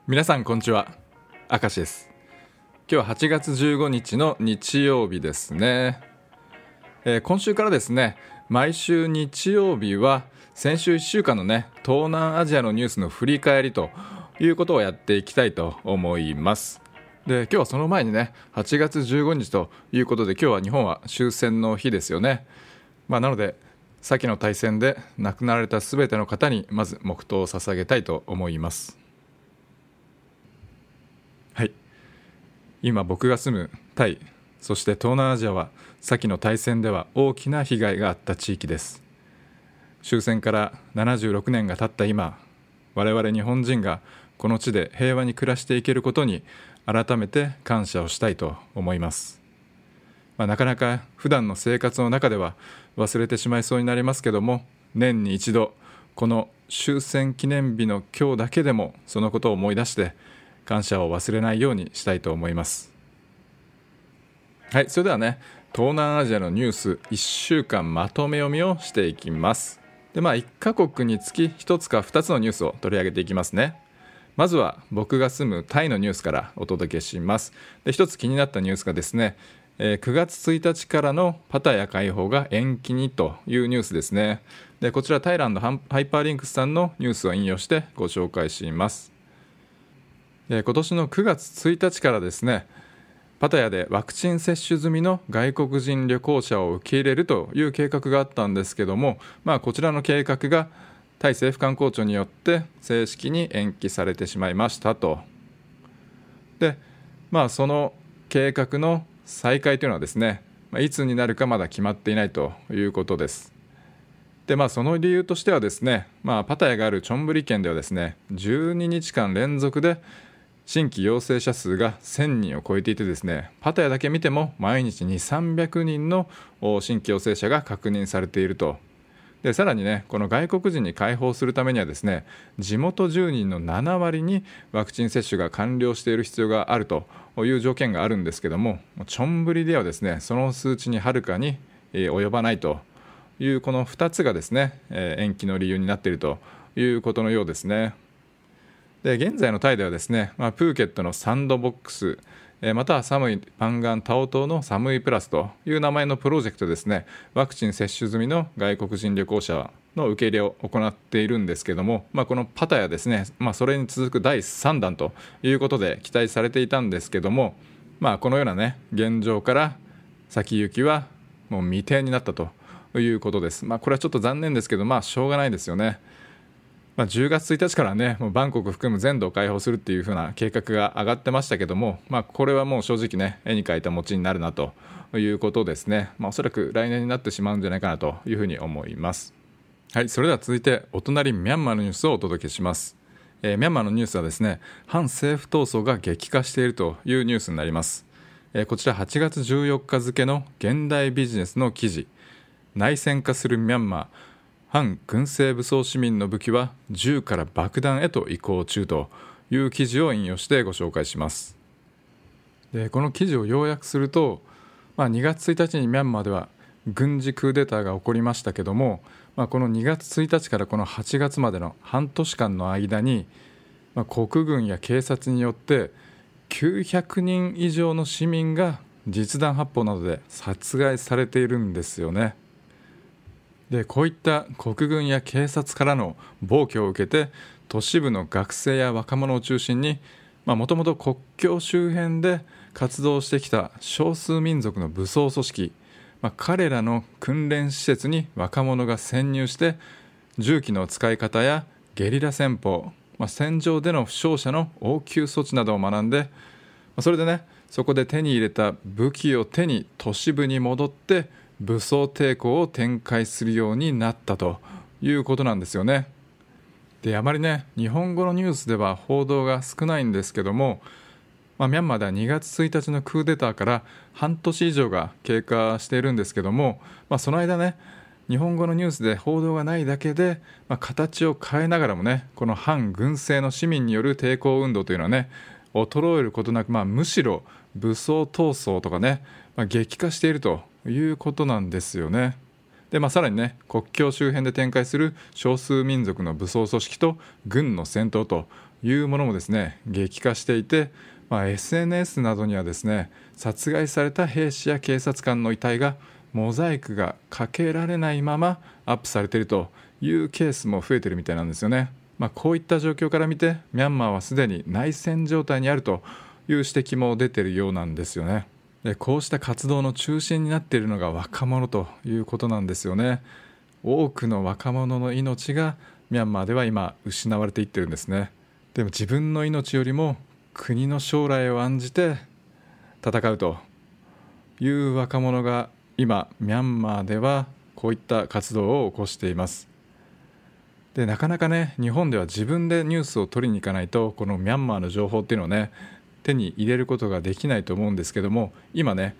皆さんこんにちは、明石です。今日は8月15日の日曜日ですね。今週からですね、毎週日曜日は先週1週間のね、東南アジアのニュースの振り返りということをやっていきたいと思います。で、今日はその前にね、8月15日ということで、今日は日本は終戦の日ですよね。なので先の大戦で亡くなられたすべての方にまず黙祷を捧げたいと思います。はい、今僕が住むタイ、そして東南アジアは先の大戦では大きな被害があった地域です。終戦から76年が経った今、我々日本人がこの地で平和に暮らしていけることに改めて感謝をしたいと思います。なかなか普段の生活の中では忘れてしまいそうになりますけども、年に一度この終戦記念日の今日だけでもそのことを思い出して感謝を忘れないようにしたいと思います。はい、それではね、東南アジアのニュース1週間まとめ読みをしていきます。で、1カ国につき1つか2つのニュースを取り上げていきますね。まずは僕が住むタイのニュースからお届けします。で、一つ気になったニュースがですね、9月1日からのパタヤ解放が延期にというニュースですね。で、こちらタイランドハイパーリンクスさんのニュースを引用してご紹介します。今年の9月1日からですね、パタヤでワクチン接種済みの外国人旅行者を受け入れるという計画があったんですけども、こちらの計画がタイ政府観光庁によって正式に延期されてしまいましたと。で、その計画の再開というのはですね、いつになるかまだ決まっていないということです。で、その理由としてはですね、パタヤがあるチョンブリ県ではですね、12日間連続で新規陽性者数が1000人を超えていてですね、パタヤだけ見ても毎日2、300人の新規陽性者が確認されていると。で、さらにね、この外国人に開放するためにはですね、地元住人の7割にワクチン接種が完了している必要があるという条件があるんですけども、チョンブリではですね、その数値にはるかに及ばないというこの2つがですね、延期の理由になっているということのようですね。で、現在のタイではですね、プーケットのサンドボックス、またはサムイパンガンタオ島のサムイプラスという名前のプロジェクトですね、ワクチン接種済みの外国人旅行者の受け入れを行っているんですけども、このパタヤですね、それに続く第3弾ということで期待されていたんですけども、このようなね、現状から先行きはもう未定になったということです。これはちょっと残念ですけど、しょうがないですよね。10月1日からね、もうバンコク含む全土を開放するっていう風な計画が上がってましたけども、これはもう正直ね、絵に描いた餅になるなということですね。おそらく来年になってしまうんじゃないかなというふうに思います。はい、それでは続いてお隣ミャンマーのニュースをお届けします。ミャンマーのニュースはですね、反政府闘争が激化しているというニュースになります。こちら8月14日付の現代ビジネスの記事、内戦化するミャンマー、反軍政武装市民の武器は銃から爆弾へと移行中という記事を引用してご紹介します。で、この記事を要約すると、2月1日にミャンマーでは軍事クーデターが起こりましたけども、この2月1日からこの8月までの半年間の間に、国軍や警察によって900人以上の市民が実弾発砲などで殺害されているんですよね。で、こういった国軍や警察からの暴挙を受けて、都市部の学生や若者を中心にもともと国境周辺で活動してきた少数民族の武装組織、彼らの訓練施設に若者が潜入して銃器の使い方やゲリラ戦法、戦場での負傷者の応急措置などを学んで、それでね、そこで手に入れた武器を手に都市部に戻って武装抵抗を展開するようになったということなんですよね。で、あまりね、日本語のニュースでは報道が少ないんですけども、ミャンマーでは2月1日のクーデターから半年以上が経過しているんですけども、その間ね、日本語のニュースで報道がないだけで、形を変えながらもね、この反軍政の市民による抵抗運動というのはね、衰えることなく、むしろ武装闘争とかね、激化しているということなんですよね。で、さらにね、国境周辺で展開する少数民族の武装組織と軍の戦闘というものもですね激化していて、SNS などにはですね殺害された兵士や警察官の遺体がモザイクがかけられないままアップされているというケースも増えているみたいなんですよね。こういった状況から見てミャンマーはすでに内戦状態にあるという指摘も出ているようなんですよね。でこうした活動の中心になっているのが若者ということなんですよね。多くの若者の命がミャンマーでは今失われていってるんですね。でも自分の命よりも国の将来を案じて戦うという若者が今ミャンマーではこういった活動を起こしています。でなかなかね日本では自分でニュースを取りに行かないとこのミャンマーの情報っていうのをね手に入れることができないと思うんですけども、今ね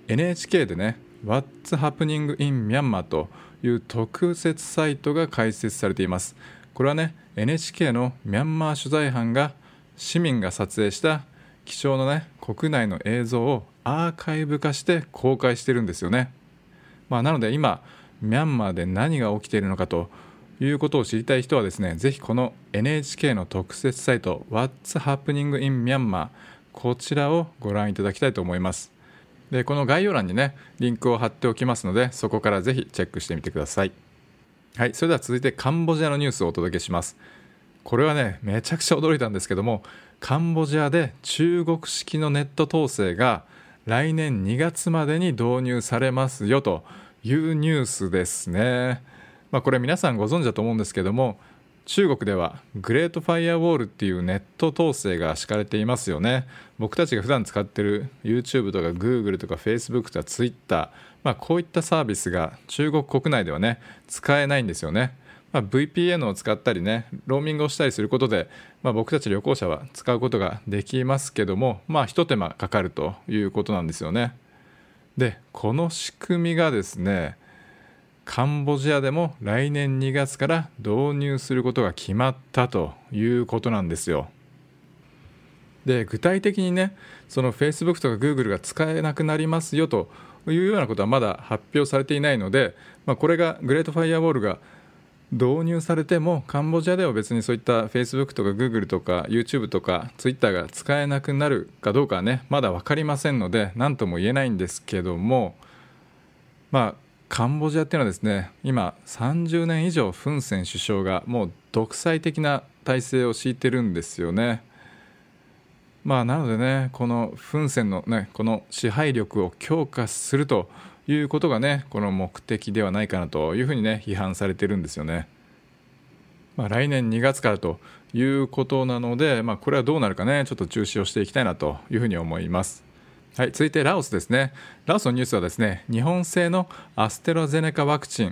NHK でね What's Happening in Myanmar という特設サイトが開設されています。これはね NHK のミャンマー取材班が市民が撮影した貴重なね国内の映像をアーカイブ化して公開してるんですよね。なので今ミャンマーで何が起きているのかということを知りたい人はですねぜひこの NHK の特設サイト What's Happening in Myanmar こちらをご覧いただきたいと思います。でこの概要欄にねリンクを貼っておきますのでそこからぜひチェックしてみてください。はい、それでは続いてカンボジアのニュースをお届けします。これはねめちゃくちゃ驚いたんですけども、カンボジアで中国式のネット統制が来年2月までに導入されますよというニュースですね。これ皆さんご存知だと思うんですけども、中国ではグレートファイアウォールっていうネット統制が敷かれていますよね。僕たちが普段使っている YouTube とか Google とか Facebook とか Twitter、こういったサービスが中国国内ではね使えないんですよね。VPN を使ったりねローミングをしたりすることで、僕たち旅行者は使うことができますけども、一手間かかるということなんですよね。でこの仕組みがですねカンボジアでも来年2月から導入することが決まったということなんですよ。で具体的にねその Facebook とか Google が使えなくなりますよというようなことはまだ発表されていないので、これがグレートファイアウォールが導入されてもカンボジアでは別にそういった Facebook とか Google とか YouTube とか Twitter が使えなくなるかどうかはねまだ分かりませんので何とも言えないんですけども、カンボジアっていうのはですね今30年以上フン・セン首相がもう独裁的な体制を敷いてるんですよね。なのでねこのフン・センのねこの支配力を強化するということがねこの目的ではないかなというふうにね批判されてるんですよね。来年2月からということなので、これはどうなるかねちょっと注視をしていきたいなというふうに思います。はい、続いてラオスですね。ラオスのニュースはですね日本製のアステラゼネカワクチン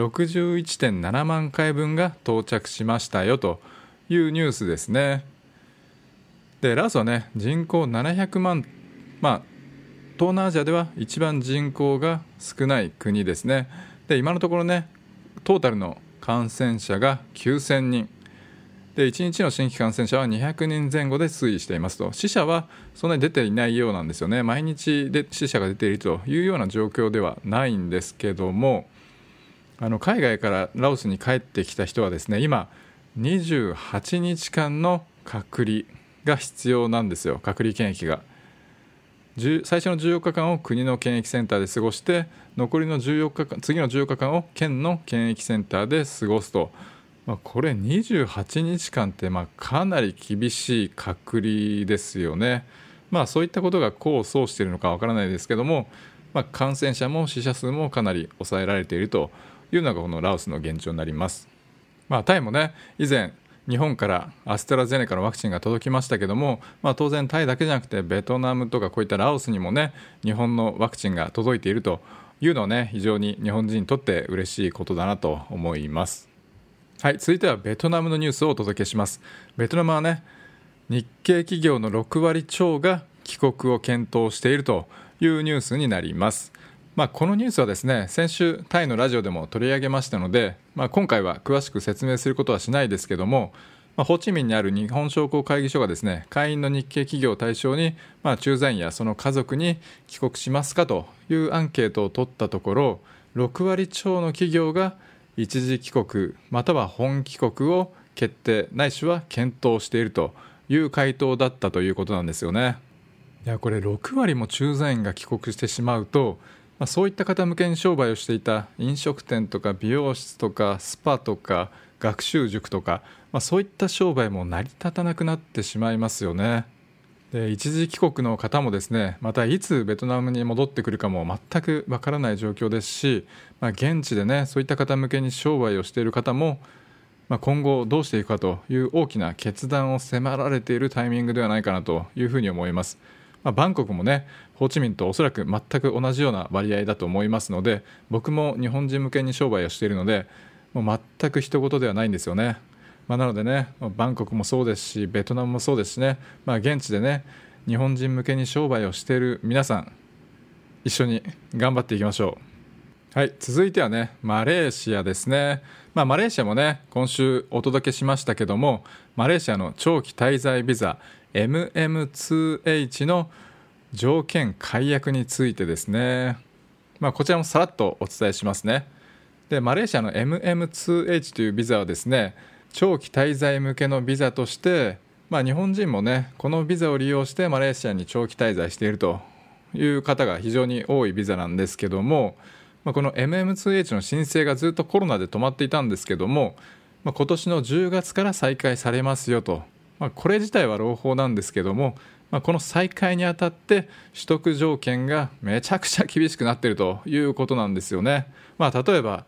61.7 万回分が到着しましたよというニュースですね。でラオスはね人口700万、東南アジアでは一番人口が少ない国ですね。で今のところねトータルの感染者が9000人で1日の新規感染者は200人前後で推移していますと。死者はそんなに出ていないようなんですよね。毎日で死者が出ているというような状況ではないんですけども、海外からラオスに帰ってきた人はですね今28日間の隔離が必要なんですよ。隔離検疫が最初の14日間を国の検疫センターで過ごして残りの14日間次の14日間を県の検疫センターで過ごすと、これ28日間ってかなり厳しい隔離ですよね。そういったことが功を奏しているのかわからないですけども、感染者も死者数もかなり抑えられているというのがこのラオスの現状になります。タイもね以前日本からアステラゼネカのワクチンが届きましたけども、当然タイだけじゃなくてベトナムとかこういったラオスにもね日本のワクチンが届いているというのはね非常に日本人にとって嬉しいことだなと思います。はい、続いてはベトナムのニュースをお届けします。ベトナムはね日系企業の6割超が帰国を検討しているというニュースになります。このニュースはですね先週タイのラジオでも取り上げましたので、今回は詳しく説明することはしないですけども、ホーチミンにある日本商工会議所がですね会員の日系企業を対象に、駐在員やその家族に帰国しますかというアンケートを取ったところ6割超の企業が一時帰国または本帰国を決定ないしは検討しているという回答だったということなんですよね。いやこれ6割も駐在員が帰国してしまうと、そういった方向けに商売をしていた飲食店とか美容室とかスパとか学習塾とか、そういった商売も成り立たなくなってしまいますよね。で一時帰国の方もですね、またいつベトナムに戻ってくるかも全くわからない状況ですし、現地でねそういった方向けに商売をしている方も、今後どうしていくかという大きな決断を迫られているタイミングではないかなというふうに思います。バンコクもねホーチミンとおそらく全く同じような割合だと思いますので、僕も日本人向けに商売をしているのでもう全く一言ではないんですよね。なのでねバンコクもそうですしベトナムもそうですしね、現地でね日本人向けに商売をしている皆さん一緒に頑張っていきましょう。はい、続いてはねマレーシアですね。マレーシアもね今週お届けしましたけども、マレーシアの長期滞在ビザ MM2H の条件解約についてですね、こちらもさらっとお伝えしますね。でマレーシアの MM2H というビザはですね、長期滞在向けのビザとして、日本人もねこのビザを利用してマレーシアに長期滞在しているという方が非常に多いビザなんですけども、この MM2H の申請がずっとコロナで止まっていたんですけども、今年の10月から再開されますよと、これ自体は朗報なんですけども、この再開にあたって取得条件がめちゃくちゃ厳しくなっているということなんですよね。例えば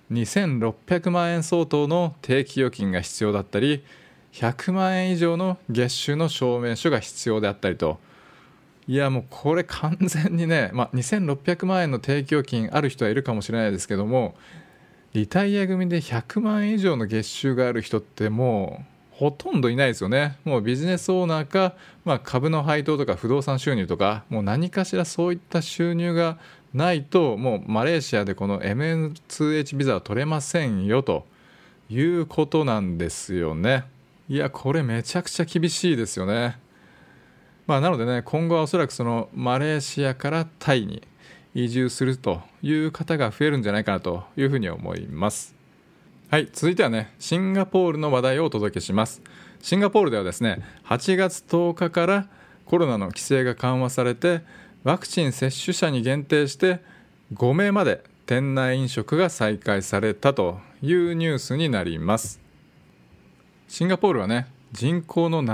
2600万円相当の定期預金が必要だったり、100万円以上の月収の証明書が必要であったりと、いやもうこれ完全にね、2600万円の定期預金ある人はいるかもしれないですけども、リタイア組で100万円以上の月収がある人ってもうほとんどいないですよね。もうビジネスオーナーか、株の配当とか不動産収入とか、もう何かしらそういった収入がないともうマレーシアでこの MM2H ビザは取れませんよということなんですよね。いやこれめちゃくちゃ厳しいですよね。なのでね今後はおそらくそのマレーシアからタイに移住するという方が増えるんじゃないかなというふうに思います。はい、続いてはねシンガポールの話題をお届けします。シンガポールではですね8月10日からコロナの規制が緩和されて、ワクチン接種者に限定して5名まで店内飲食が再開されたというニュースになります。シンガポールはね人口の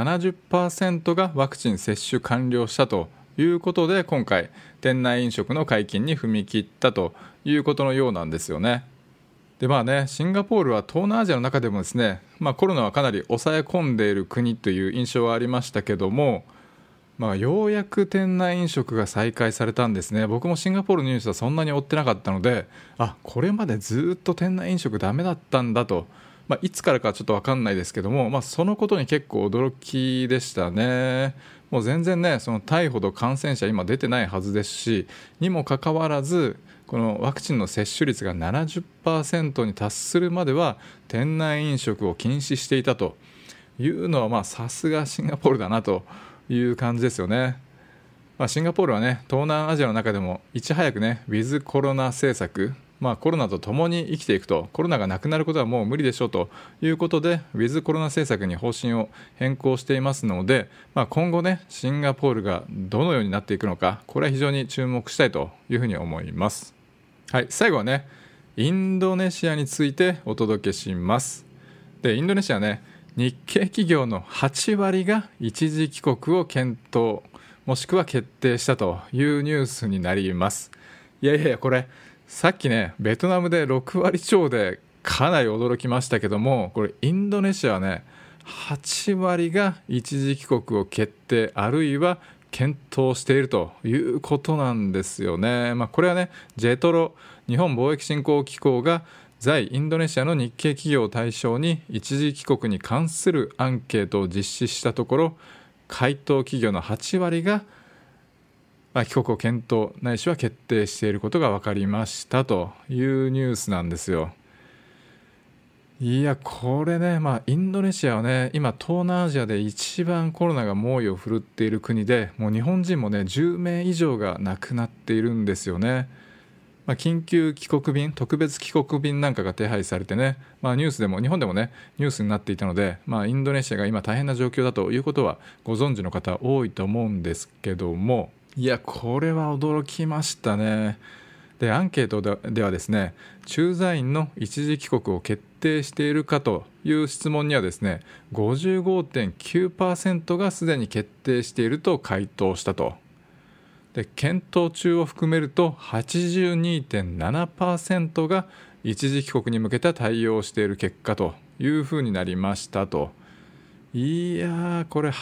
70% がワクチン接種完了したということで、今回店内飲食の解禁に踏み切ったということのようなんですよね。でシンガポールは東南アジアの中でもですね、コロナはかなり抑え込んでいる国という印象はありましたけども、ようやく店内飲食が再開されたんですね。僕もシンガポールのニュースはそんなに追ってなかったので、これまでずっと店内飲食ダメだったんだと、いつからかちょっと分かんないですけども、そのことに結構驚きでしたね。もう全然ねそのタイほど感染者今出てないはずですし、にもかかわらずこのワクチンの接種率が 70% に達するまでは店内飲食を禁止していたというのはさすがシンガポールだなという感じですよね。シンガポールはね東南アジアの中でもいち早くねウィズコロナ政策、コロナと共に生きていくと、コロナがなくなることはもう無理でしょうということでウィズコロナ政策に方針を変更していますので、今後ねシンガポールがどのようになっていくのか、これは非常に注目したいというふうに思います。はい、最後はねインドネシアについてお届けします。でインドネシアはね日系企業の8割が一時帰国を検討もしくは決定したというニュースになります。いやこれさっきねベトナムで6割超でかなり驚きましたけども、これインドネシアはね8割が一時帰国を決定あるいは検討しているということなんですよね。これはねジェトロ日本貿易振興機構が在インドネシアの日系企業を対象に一時帰国に関するアンケートを実施したところ、回答企業の8割が帰国を検討ないしは決定していることが分かりましたというニュースなんですよ。いやこれね、インドネシアはね今東南アジアで一番コロナが猛威を振るっている国で、もう日本人もね10名以上が亡くなっているんですよね。 緊急帰国便、特別帰国便なんかが手配されてね、ニュースでも日本でもねニュースになっていたので、インドネシアが今大変な状況だということはご存知の方多いと思うんですけども、いやこれは驚きましたね。でアンケートではですね、駐在員の一時帰国を決定しているかという質問にはですね 55.9% がすでに決定していると回答したと。で検討中を含めると 82.7% が一時帰国に向けた対応をしている結果というふうになりましたと。いやーこれ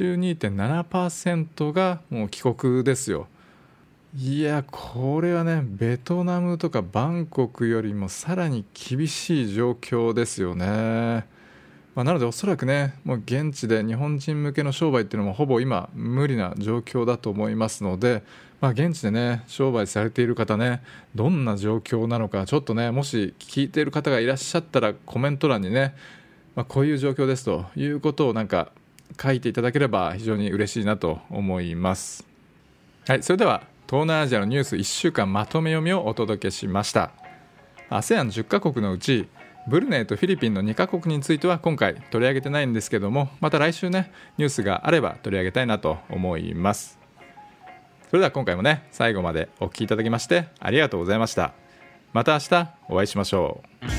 82.7% がもう帰国ですよ。いやこれはねベトナムとかバンコクよりもさらに厳しい状況ですよね。なのでおそらくねもう現地で日本人向けの商売っていうのもほぼ今無理な状況だと思いますので、現地でね商売されている方ねどんな状況なのかちょっとねもし聞いている方がいらっしゃったらコメント欄にね、こういう状況ですということをなんか書いていただければ非常に嬉しいなと思います。はい、それでは東南アジアのニュース1週間まとめ読みをお届けしました。 ASEAN10 カ国のうちブルネイとフィリピンの2カ国については今回取り上げてないんですけども、また来週ねニュースがあれば取り上げたいなと思います。それでは今回もね最後までお聞きいただきましてありがとうございました。また明日お会いしましょう。